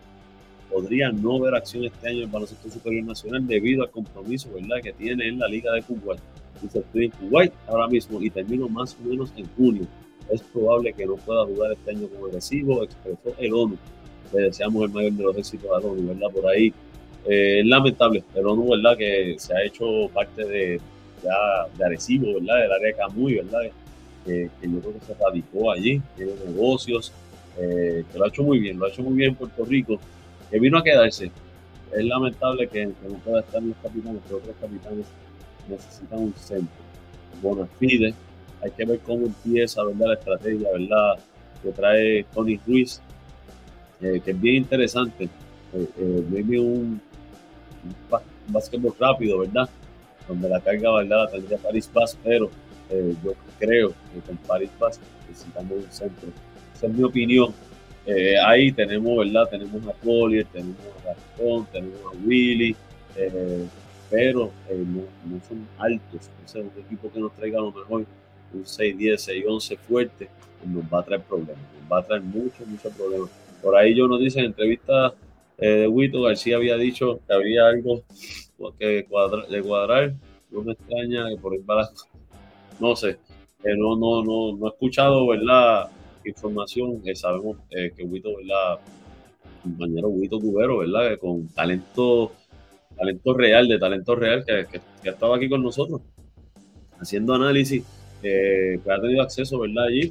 podría no ver acción este año en el baloncesto superior nacional debido al compromiso, ¿verdad?, que tiene en la Liga de Kuwait. Dice, estoy en Kuwait ahora mismo y termino más o menos en junio. Es probable que no pueda jugar este año como agresivo, expresó el ONU. Le deseamos el mayor de los éxitos al ONU, ¿verdad? Por ahí, eh, lamentable, el ONU, ¿verdad?, que se ha hecho parte de, ya, de Arecibo, ¿verdad?, del área de Camuy, ¿verdad?, que, que yo creo que se radicó allí, tiene negocios, eh, que lo ha hecho muy bien, lo ha hecho muy bien en Puerto Rico, que vino a quedarse, es lamentable que, que no pueda estar en los capitanes, pero otros capitanes necesitan un centro. Bonafide, hay que ver cómo empieza, ¿verdad? La estrategia, ¿verdad? Que trae Tony Ruiz, eh, que es bien interesante. Eh, eh, maybe un, un básquetbol rápido, ¿verdad? Donde la carga, ¿verdad? La tendría Paris Bass, pero eh, yo creo que con Paris Bass necesitamos un centro. Esa es mi opinión. Eh, ahí tenemos, ¿verdad? Tenemos a Collier, tenemos a Gastón, tenemos a Willy, eh, pero eh, no, no son altos. O sea, un equipo que nos traiga a lo mejor un seis diez, seis once fuerte, pues nos va a traer problemas, nos va a traer muchos, muchos problemas. Por ahí yo nos dice en entrevista eh, de Huito García había dicho que había algo que cuadra, de cuadrar. No me extraña que por ahí va la... No sé, eh, no, no, no, no he escuchado, ¿verdad? Información, eh, sabemos eh, que Huito, ¿verdad? Compañero Huito Cubero, ¿verdad? Que con talento, talento real, de talento real, que, que, que ha estado aquí con nosotros, haciendo análisis, eh, que ha tenido acceso, ¿verdad? Allí.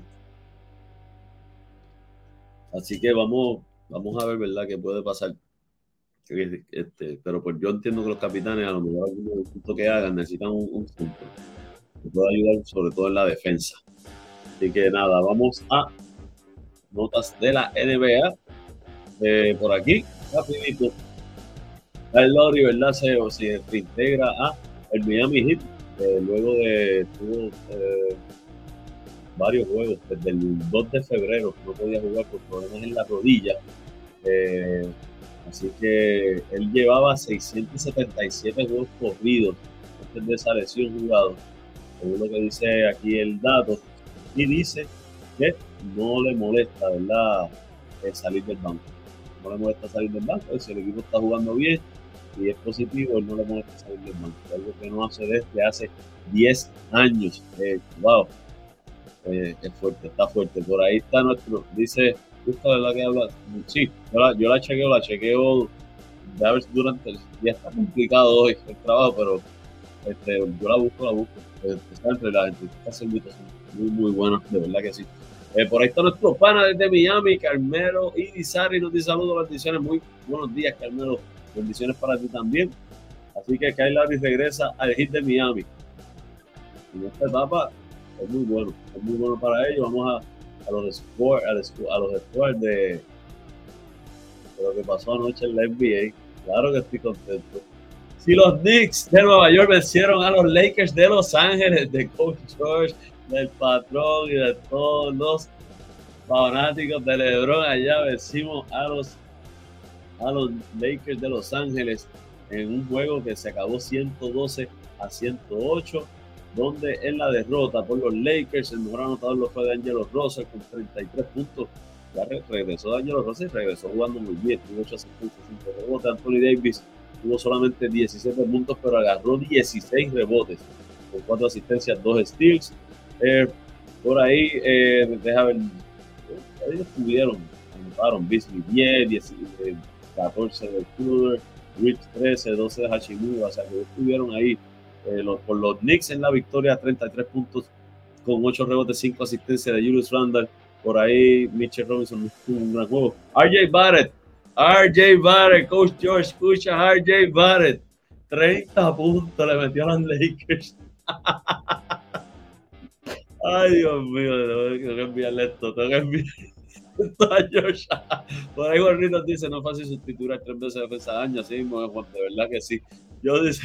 Así que vamos, vamos a ver, ¿verdad? Qué puede pasar. Este, pero pues yo entiendo que los capitanes, a lo mejor algún punto que hagan, necesitan un, un punto que pueda ayudar, sobre todo en la defensa. Así que nada, vamos a notas de la N B A. Eh, por aquí, rapidito. Kyle Lowry, ¿verdad? Se, se reintegra a el Miami Heat. Eh, luego de tuvo eh, varios juegos, desde el dos de febrero no podía jugar por problemas en la rodilla. Eh, así que él llevaba seiscientos setenta y siete juegos corridos antes de esa lesión jugado, según lo que dice aquí el dato, y dice que no le molesta, ¿verdad? Eh, salir del banco. No le molesta salir del banco, si el equipo está jugando bien y es positivo, él no le molesta salir del banco. Algo que no hace desde hace diez años. Eh, wow, eh, es fuerte, está fuerte. Por ahí está nuestro, dice, justo de la que habla, sí, yo la, yo la chequeo, la chequeo, a ver si durante el día está complicado hoy el trabajo, pero este, yo la busco, la busco. Está entre las entrevistas muy, muy buenas, de verdad que sí. Eh, por ahí está nuestro pana desde Miami, Carmelo Irizarry, nos dice saludos, bendiciones, muy buenos días, Carmelo, bendiciones para ti también. Así que Kyle Lowry regresa al Heat de Miami. En esta etapa es muy bueno, es muy bueno para ellos. Vamos a, a los scores, a los, a los scores de, de lo que pasó anoche en la N B A. Claro que estoy contento. Si los Knicks de Nueva York vencieron a los Lakers de Los Ángeles, de Coach George, del patrón y de todos los fanáticos de LeBron, allá vencimos a los, a los Lakers de Los Ángeles en un juego que se acabó ciento doce a ciento ocho, donde en la derrota por los Lakers el mejor anotador lo fue D'Angelo Russell con treinta y tres puntos. Ya regresó D'Angelo Russell y regresó jugando muy bien, tuvo ocho asistencias, cinco rebotes. Anthony Davis tuvo solamente diecisiete puntos, pero agarró dieciséis rebotes con cuatro asistencias, dos steals. Eh, por ahí, eh, deja ver, ellos estuvieron, anotaron Beasley diez, catorce de Cooler, Rich trece, doce de Hachimura, o sea que estuvieron ahí eh, los, por los Knicks en la victoria, treinta y tres puntos con ocho rebotes, cinco asistencias de Julius Randle. Por ahí Mitchell Robinson tuvo un gran juego. R J Barrett, R J Barrett, Coach George, escucha a R J Barrett, treinta puntos le metió a los Lakers. Ay, Dios mío, tengo que enviarle esto, tengo que enviarle esto a George. Por ahí Juanito dice, no es fácil sustituir tres veces de defensa año, así mismo, Juan, de verdad que sí. Yo dice,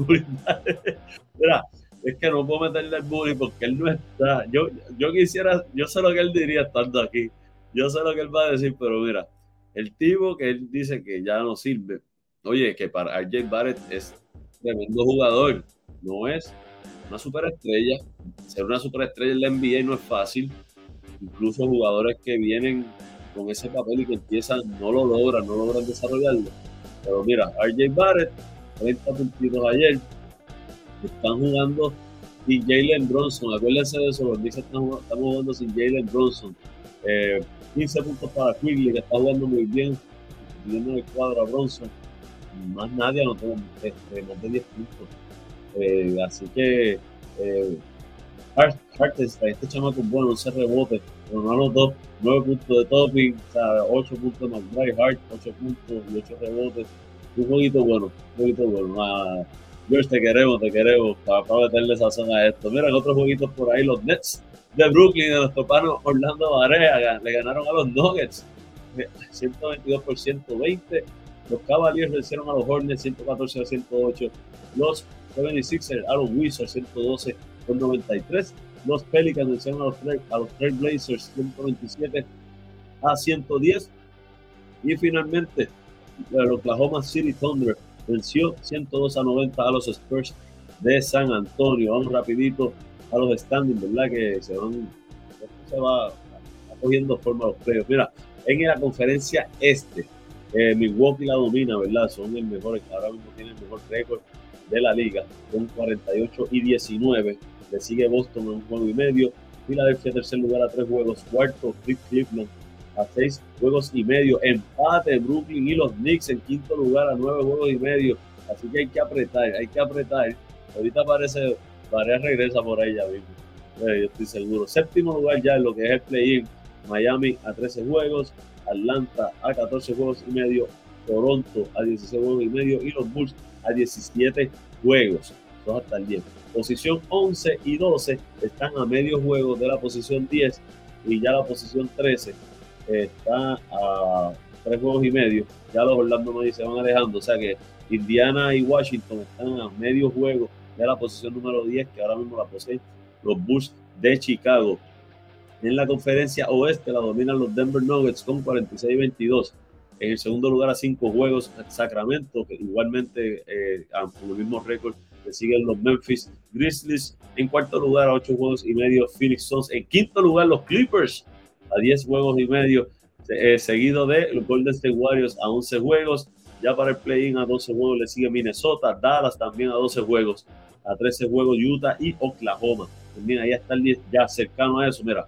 mira, es que no puedo meterle el bully porque él no está. Yo, yo quisiera, yo sé lo que él diría estando aquí, yo sé lo que él va a decir, pero mira, el tipo que él dice que ya no sirve, oye, que para R J Barrett es tremendo jugador, no es una superestrella. Ser una superestrella en la N B A no es fácil. Incluso jugadores que vienen con ese papel y que empiezan, no lo logran, no logran desarrollarlo. Pero mira, R J Barrett, treinta puntitos ayer. Están jugando sin Jalen Brunson. Acuérdense de eso, los Knicks están jugando, estamos jugando sin Jalen Brunson. Eh, quince puntos para Quigley, que está jugando muy bien, viendo el cuadro a Brunson. Más nadie anotó este, más de diez puntos. Eh, así que eh, Hartenstein, este chamaco es bueno, once rebotes, pero no anotó, nueve puntos de Topping, o sea, ocho puntos de McBride, Hart, ocho puntos y ocho rebotes, un jueguito bueno, un jueguito bueno. Ah, George, te queremos, te queremos, para, para meterle sazón a esto. Mira, otros jueguitos por ahí, los Nets de Brooklyn, de nuestro pano Orlando Barea, le ganaron a los Nuggets ciento veintidós por ciento veinte. Los Cavaliers vencieron a los Hornets ciento catorce a ciento ocho. Los setenta y seis ers a los Wizards ciento doce por noventa y tres. Los Pelicans vencieron a los, a los Trail Blazers ciento veintisiete a ciento diez. Y finalmente, el Oklahoma City Thunder venció ciento dos a noventa a los Spurs de San Antonio. Vamos rapidito a los standings, ¿verdad? Que se van, se va cogiendo forma los playoffs. Mira, en la conferencia este, eh, Milwaukee la domina, ¿verdad? Son el mejor, ahora mismo tienen el mejor récord de la liga, con cuarenta y ocho y diecinueve. Le sigue Boston en un juego y medio. Filadelfia tercer lugar a tres juegos. Cuarto, Cleveland a seis juegos y medio. Empate Brooklyn y los Knicks en quinto lugar a nueve juegos y medio. Así que hay que apretar, hay que apretar. Ahorita parece, Varea regresa por ahí ya mismo. Eh, yo estoy seguro. Séptimo lugar ya en lo que es el play-in. Miami a trece juegos. Atlanta a catorce juegos y medio. Toronto a dieciséis juegos y medio. Y los Bulls a diecisiete juegos. Eso es hasta el diez. Posición once y doce están a medio juego de la posición diez. Y ya la posición trece está a tres juegos y medio. Ya los Orlando Magic se van alejando. O sea que Indiana y Washington están a medio juego de la posición número diez, que ahora mismo la poseen los Bulls de Chicago. En la conferencia oeste la dominan los Denver Nuggets con cuarenta y seis a veintidós. En el segundo lugar a cinco juegos Sacramento, que igualmente eh, con el mismo récord le siguen los Memphis Grizzlies. En cuarto lugar a ocho juegos y medio Phoenix Suns. En quinto lugar los Clippers a diez juegos y medio, eh, seguido de los Golden State Warriors a once juegos. Ya para el play-in a doce juegos le sigue Minnesota, Dallas también a doce juegos, a trece juegos Utah y Oklahoma. Pues mira, ahí está el diez, ya cercano a eso, mira.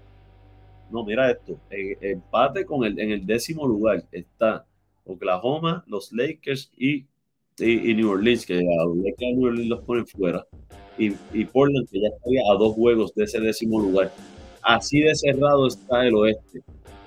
No, mira esto, eh, empate con el, en el décimo lugar está Oklahoma, los Lakers y, y, y New Orleans, que a los Lakers y New Orleans los ponen fuera, y, y Portland, que ya estaría a dos juegos de ese décimo lugar. Así de cerrado está el oeste.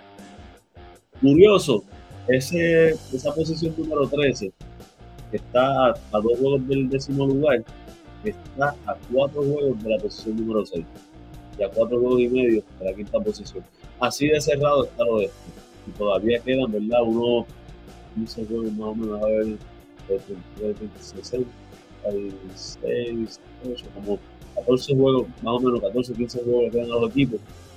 Curioso, ese, esa posición número trece, que está a, a dos juegos del décimo lugar, está a cuatro juegos de la posición número seis. Y a cuatro juegos y medio de la quinta posición. Así de cerrado está el oeste. Y todavía quedan, ¿verdad? Unos quince juegos más o menos, a ver, veintiséis, seis, ocho, como catorce juegos, más o menos catorce, quince juegos que quedan a los equipos.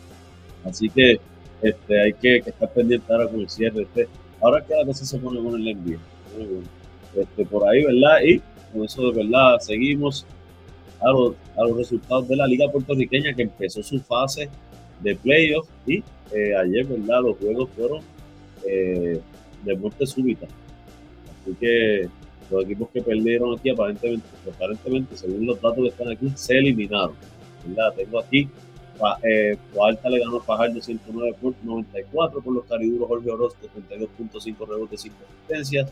Así que este, hay que, que estar pendiente ahora con el cierre. Este. Ahora que la cosa se pone con el N B A. Muy bueno. Este, por ahí, ¿verdad? Y con eso de verdad seguimos a los, a los resultados de la Liga Puertorriqueña, que empezó su fase de playoff y eh, ayer, ¿verdad? Los juegos fueron eh, de muerte súbita. Así que los equipos que perdieron aquí, aparentemente, aparentemente, según los datos que están aquí, se eliminaron, ¿verdad? Tengo aquí, eh, Coalta le ganó a Fajardo ciento nueve por noventa y cuatro, por los Cariduros Jorge Orozco treinta y dos punto cinco rebotes, cinco asistencias,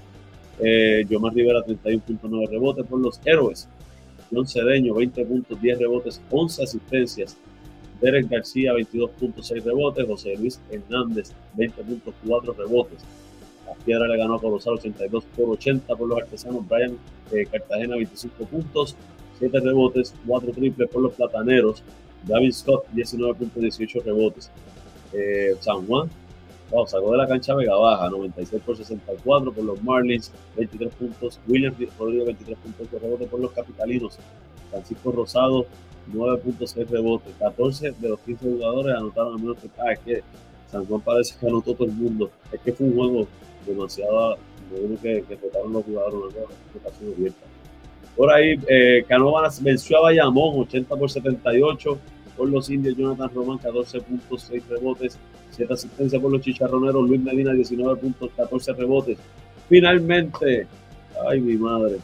eh, Yomar Rivera treinta y uno punto nueve rebotes, por los Héroes John Cedeño veinte puntos, diez rebotes, once asistencias, Derek García veintidós punto seis rebotes, José Luis Hernández veinte punto cuatro rebotes. La Piedra le ganó a Corozal ochenta y dos por ochenta, por los Artesanos Brian eh, Cartagena veinticinco puntos, siete rebotes, cuatro triples, por los Plataneros David Scott diecinueve punto dieciocho rebotes. eh, San Juan wow, sacó de la cancha Vega Baja noventa y seis por sesenta y cuatro, por los Marlins veintitrés puntos, William Rodríguez veintitrés puntos de rebote, por los Capitalinos Francisco Rosado nueve punto seis rebotes. catorce de los quince jugadores anotaron al menos que ah, es que San Juan parece que anotó todo el mundo. Es que fue un juego demasiado bueno que, que tocaron los jugadores, una ocasión abierta. Por ahí, eh, Canóvanas venció a Bayamón ochenta por setenta y ocho, por los Indios Jonathan Román catorce punto seis rebotes, siete asistencias por los Chicharroneros, Luis Medina diecinueve puntos, catorce rebotes. Finalmente, ay mi madre,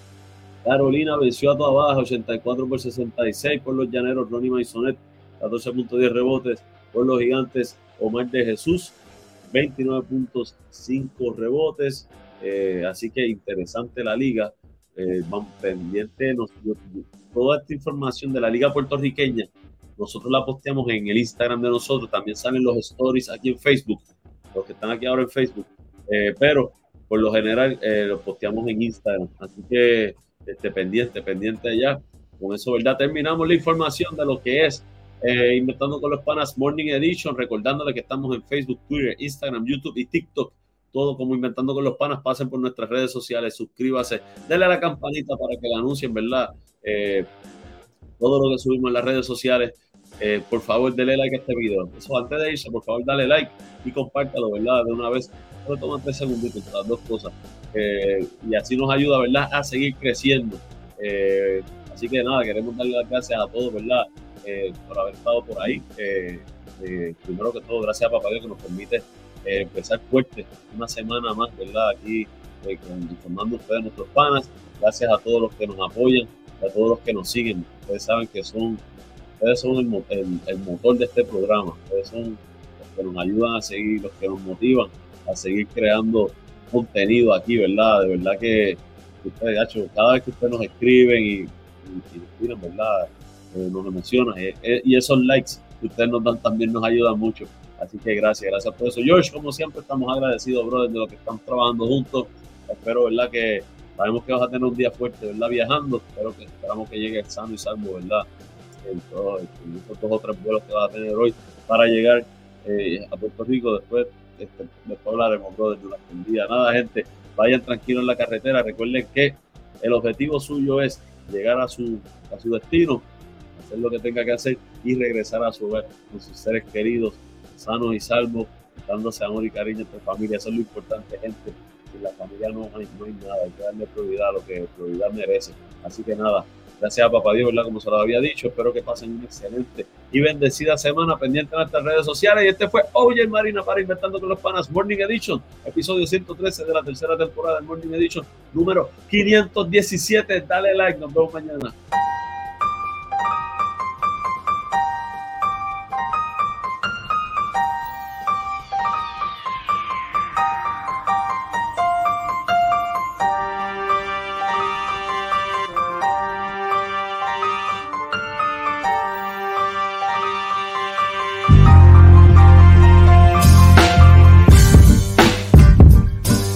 Carolina venció a Toa Baja ochenta y cuatro por sesenta y seis, por los Llaneros Ronnie Maisonet catorce punto diez rebotes, por los Gigantes Omar de Jesús veintinueve punto cinco rebotes. Eh, así que interesante la liga. Eh, vamos pendiente nos, toda esta información de la liga puertorriqueña nosotros la posteamos en el Instagram de nosotros, también salen los stories aquí en Facebook, los que están aquí ahora en Facebook, eh, pero por lo general eh, lo posteamos en Instagram. Así que este, pendiente, pendiente allá. Con eso, ¿verdad? Terminamos la información de lo que es eh, Inventando con los Panas Morning Edition. Recordándole que estamos en Facebook, Twitter, Instagram, YouTube y TikTok. Todo como Inventando con los Panas. Pasen por nuestras redes sociales, suscríbase, denle a la campanita para que la anuncien, ¿verdad? Eh, todo lo que subimos en las redes sociales. Eh, por favor, dele like a este video. Eso antes de irse, por favor, dale like y compártalo, ¿verdad? De una vez. Solo toma tres segunditos para las dos cosas. Eh, y así nos ayuda, ¿verdad? A seguir creciendo. Eh, así que nada, queremos darle las gracias a todos, ¿verdad? Eh, por haber estado por ahí. Eh, eh, primero que todo, gracias a Papá Dios que nos permite eh, empezar fuerte una semana más, ¿verdad? Aquí eh, con, informando a ustedes, nuestros panas. Gracias a todos los que nos apoyan, a todos los que nos siguen. Ustedes saben que son Ustedes son el, el, el motor de este programa. Ustedes son los que nos ayudan a seguir, los que nos motivan a seguir creando contenido aquí, ¿verdad? De verdad que ustedes, hecho, cada vez que ustedes nos escriben y, y, y miren, ¿verdad? Eh, nos emociona. Eh, eh, y esos likes que ustedes nos dan también nos ayudan mucho. Así que gracias, gracias por eso. George, como siempre, estamos agradecidos, brother, de lo que estamos trabajando juntos. Espero, ¿verdad? Que sabemos que vas a tener un día fuerte, ¿verdad? Viajando. Espero que esperamos que llegue sano y salvo, ¿verdad? En todos estos dos o tres vuelos que va a tener hoy para llegar eh, a Puerto Rico. Después, este, después hablaremos, brother, durante el día. Nada, gente, vayan tranquilos en la carretera. Recuerden que el objetivo suyo es llegar a su, a su destino, hacer lo que tenga que hacer y regresar a su hogar con sus seres queridos, sanos y salvos, dándose amor y cariño entre familia. Eso es lo importante, gente. En la familia no hay, no hay nada, hay que darle prioridad a lo que prioridad merece. Así que nada, gracias a Papá Dios, ¿verdad? Como se lo había dicho, espero que pasen una excelente y bendecida semana pendiente de nuestras redes sociales. Y este fue O J Marina para Inventando con los Panas Morning Edition, episodio ciento trece de la tercera temporada del Morning Edition, número quinientos diecisiete. Dale like, nos vemos mañana.